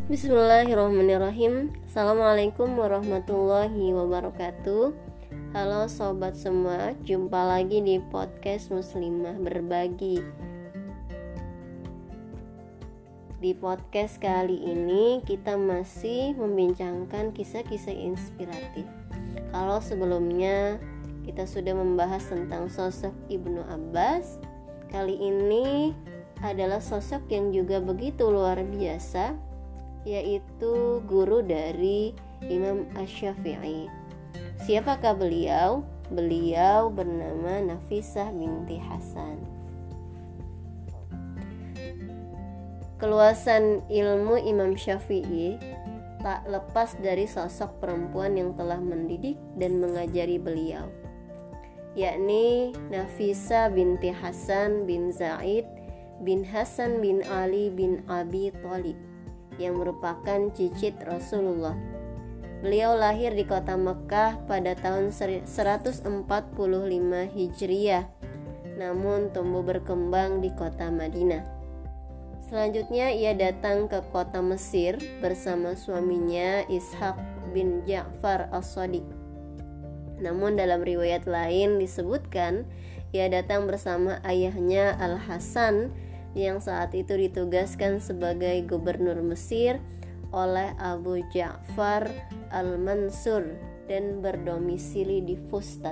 Bismillahirrahmanirrahim. Assalamualaikum warahmatullahi wabarakatuh. Halo sobat semua, jumpa lagi di podcast Muslimah Berbagi. Di podcast kali ini kita masih membincangkan kisah-kisah inspiratif. Kalau sebelumnya kita sudah membahas tentang sosok Ibnu Abbas, kali ini adalah sosok yang juga begitu luar biasa, yaitu guru dari Imam Asy-Syafi'i. Siapakah beliau? Beliau bernama Nafisah binti Hasan. Keluasan ilmu Imam Syafi'i tak lepas dari sosok perempuan yang telah mendidik dan mengajari beliau, yakni Nafisah binti Hasan bin Zaid bin Hasan bin Ali bin Abi Thalib, yang merupakan cicit Rasulullah. Beliau lahir di kota Mekah pada tahun 145 Hijriah, namun tumbuh berkembang di kota Madinah. Selanjutnya ia datang ke kota Mesir bersama suaminya Ishaq bin Ja'far as-Shadiq. Namun dalam riwayat lain disebutkan ia datang bersama ayahnya Al-Hasan yang saat itu ditugaskan sebagai gubernur Mesir oleh Abu Ja'far Al-Mansur dan berdomisili di Fustat.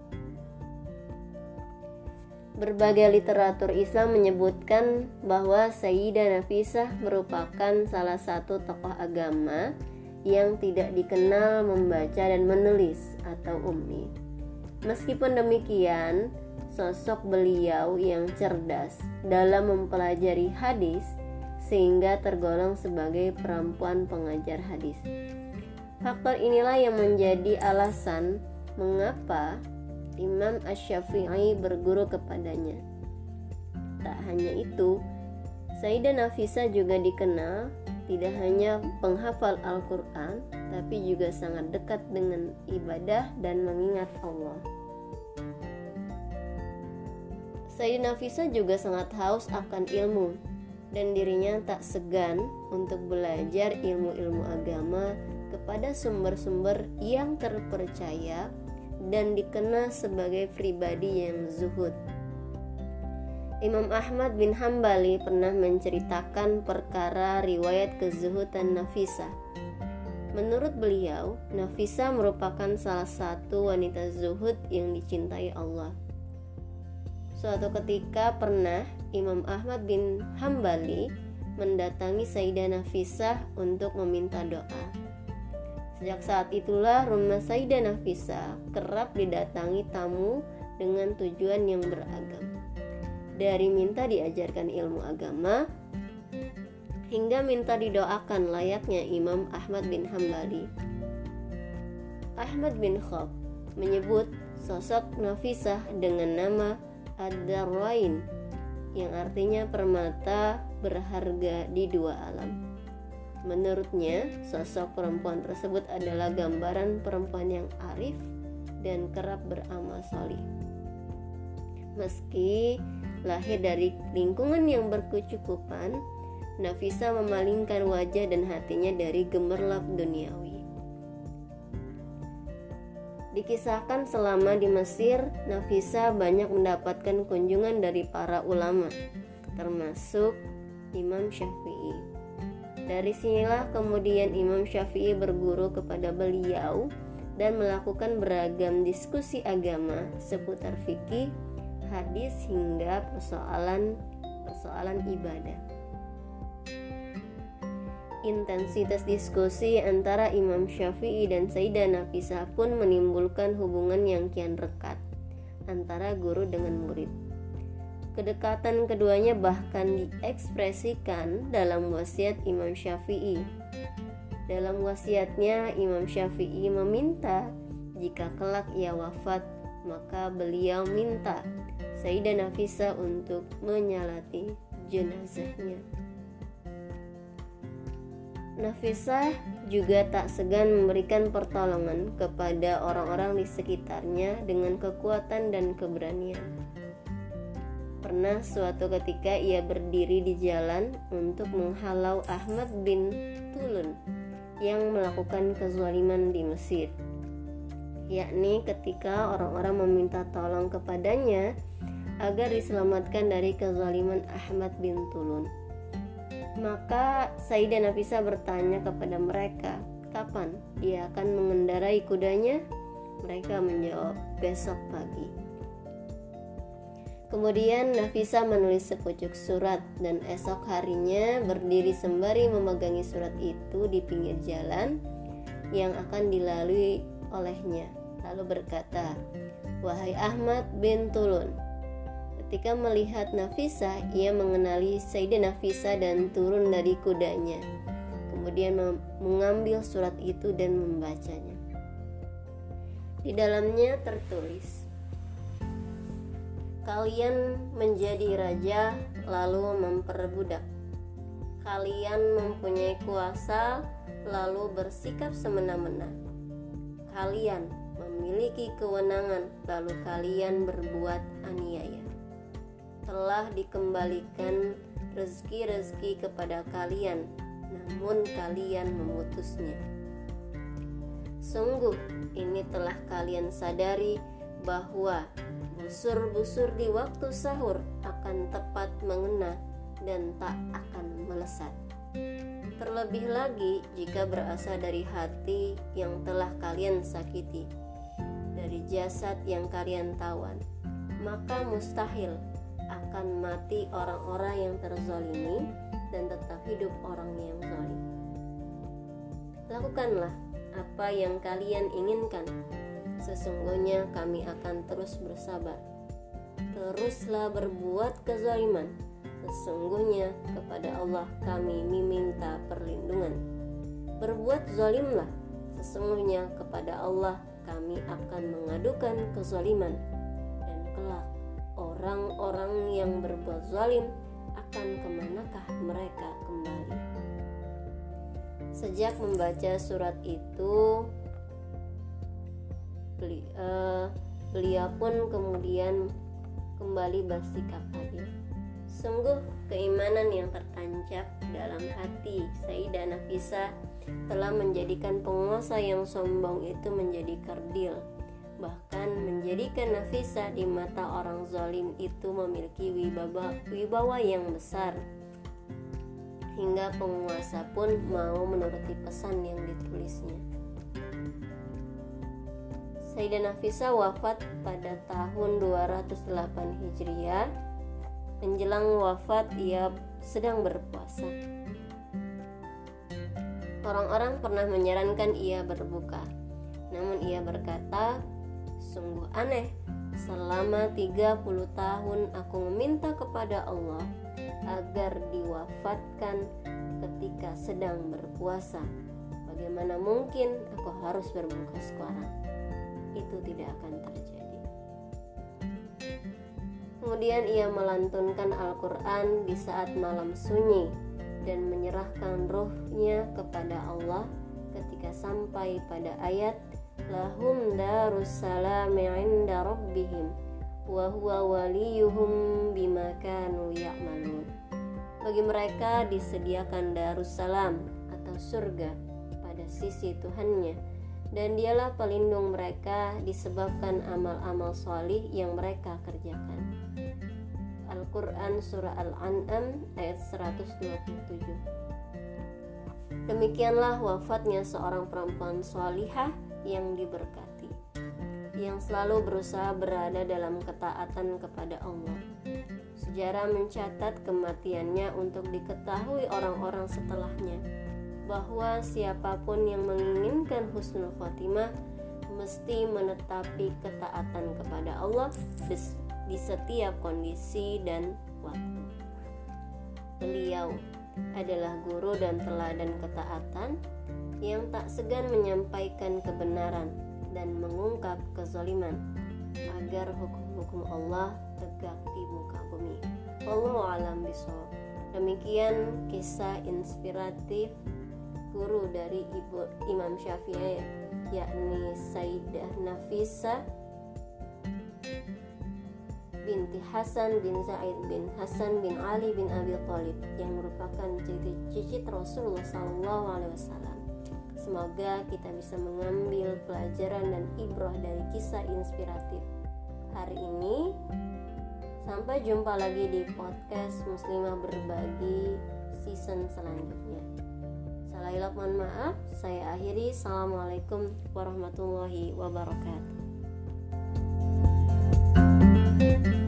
Berbagai literatur Islam menyebutkan bahwa Sayyidah Nafisah merupakan salah satu tokoh agama yang tidak dikenal membaca dan menulis atau ummi. Meskipun demikian, sosok beliau yang cerdas dalam mempelajari hadis sehingga tergolong sebagai perempuan pengajar hadis. Faktor inilah yang menjadi alasan mengapa Imam Asy-Syafi'i berguru kepadanya. Tak hanya itu, Sayyidah Nafisah juga dikenal tidak hanya penghafal Al-Quran, tapi juga sangat dekat dengan ibadah dan mengingat Allah. Sayyidah Nafisah juga sangat haus akan ilmu, dan dirinya tak segan untuk belajar ilmu-ilmu agama kepada sumber-sumber yang terpercaya dan dikenal sebagai pribadi yang zuhud. Imam Ahmad bin Hambali pernah menceritakan perkara riwayat kezuhudan Nafisah. Menurut beliau, Nafisah merupakan salah satu wanita zuhud yang dicintai Allah. Suatu ketika pernah Imam Ahmad bin Hambali mendatangi Sayyidah Nafisah untuk meminta doa. Sejak saat itulah rumah Sayyidah Nafisah kerap didatangi tamu dengan tujuan yang beragam. Dari minta diajarkan ilmu agama hingga minta didoakan layaknya Imam Ahmad bin Hambali. Ahmad bin Khab menyebut sosok Nafisah dengan nama Ad-Darrain, yang artinya permata berharga di dua alam. Menurutnya, sosok perempuan tersebut adalah gambaran perempuan yang arif dan kerap beramal sholih. Meski lahir dari lingkungan yang berkecukupan, Nafisah memalingkan wajah dan hatinya dari gemerlap duniawi. Dikisahkan selama di Mesir, Nafisah banyak mendapatkan kunjungan dari para ulama, termasuk Imam Syafi'i. Dari sinilah kemudian Imam Syafi'i berguru kepada beliau dan melakukan beragam diskusi agama seputar fikih, hadis hingga persoalan ibadah. Intensitas diskusi antara Imam Syafi'i dan Sayyidah Nafisah pun menimbulkan hubungan yang kian rekat antara guru dengan murid. Kedekatan keduanya bahkan diekspresikan dalam wasiat Imam Syafi'i. Dalam wasiatnya, Imam Syafi'i meminta jika kelak ia wafat, maka beliau minta Sayyidah Nafisah untuk menyalati jenazahnya. Nafisah juga tak segan memberikan pertolongan kepada orang-orang di sekitarnya dengan kekuatan dan keberanian. Pernah suatu ketika ia berdiri di jalan untuk menghalau Ahmad bin Tulun yang melakukan kezaliman di Mesir, yakni ketika orang-orang meminta tolong kepadanya agar diselamatkan dari kezaliman Ahmad bin Tulun. Maka Sayyidah Nafisah bertanya kepada mereka, kapan dia akan mengendarai kudanya? Mereka menjawab, besok pagi. Kemudian Nafisah menulis sepucuk surat dan esok harinya berdiri sembari memegangi surat itu di pinggir jalan yang akan dilalui olehnya, lalu berkata, wahai Ahmad bin Tulun. Ketika melihat Nafisah, ia mengenali Sayyidah Nafisah dan turun dari kudanya. Kemudian mengambil surat itu dan membacanya. Di dalamnya tertulis, kalian menjadi raja lalu memperbudak. Kalian mempunyai kuasa lalu bersikap semena-mena. Kalian memiliki kewenangan lalu kalian berbuat aniaya. Telah dikembalikan rezeki-rezeki kepada kalian, namun kalian memutusnya. Sungguh ini telah kalian sadari bahwa busur-busur di waktu sahur akan tepat mengena dan tak akan melesat. Terlebih lagi jika berasal dari hati yang telah kalian sakiti, dari jasad yang kalian tawan, maka mustahil akan mati orang-orang yang terzalimi dan tetap hidup orang yang zalim. Lakukanlah apa yang kalian inginkan. Sesungguhnya kami akan terus bersabar. Teruslah berbuat kezaliman. Sesungguhnya kepada Allah kami meminta perlindungan. Berbuat zalimlah. Sesungguhnya kepada Allah kami akan mengadukan kezaliman. Dan kelak orang-orang yang berbuat zalim akan kemanakah mereka kembali? Sejak membaca surat itu, beliau pun kemudian kembali bersikap adil. Sungguh keimanan yang tertancap dalam hati Sayyidah Nafisah telah menjadikan penguasa yang sombong itu menjadi kerdil, bahkan menjadikan Nafisah di mata orang zalim itu memiliki wibawa yang besar, hingga penguasa pun mau menuruti pesan yang ditulisnya. Sayyidah Nafisah wafat pada tahun 208 Hijriah. Menjelang wafat ia sedang berpuasa. Orang-orang pernah menyarankan ia berbuka, namun ia berkata, sungguh aneh, selama 30 tahun aku meminta kepada Allah agar diwafatkan ketika sedang berpuasa. Bagaimana mungkin aku harus berbuka sekarang? Itu tidak akan terjadi. Kemudian ia melantunkan Al-Quran di saat malam sunyi dan menyerahkan ruhnya kepada Allah ketika sampai pada ayat lahum darussalami inda rabbihim wa huwa waliyuhum bima kanu ya'malun. Bagi mereka disediakan darussalam atau surga pada sisi Tuhannya, dan dialah pelindung mereka disebabkan amal-amal salih yang mereka kerjakan. Al-Quran Surah Al-An'am ayat 127. Demikianlah wafatnya seorang perempuan salihah yang diberkati, yang selalu berusaha berada dalam ketaatan kepada Allah. Sejarah mencatat kematiannya untuk diketahui orang-orang setelahnya, bahwa siapapun yang menginginkan husnul khotimah mesti menetapi ketaatan kepada Allah di setiap kondisi dan waktu. Beliau adalah guru dan teladan ketaatan yang tak segan menyampaikan kebenaran dan mengungkap kezaliman agar hukum-hukum Allah tegak di muka bumi. Wallahu a'lam bishawab. Demikian kisah inspiratif guru dari Imam Syafi'i, yakni Sayyidah Nafisah, binti Hasan bin Zaid bin Hasan bin Ali bin Abi Thalib yang merupakan cicit Rasulullah SAW. Semoga kita bisa mengambil pelajaran dan ibrah dari kisah inspiratif hari ini. Sampai jumpa lagi di podcast Muslimah Berbagi season selanjutnya. Salah hilap mohon maaf. Saya akhiri. Assalamualaikum warahmatullahi wabarakatuh.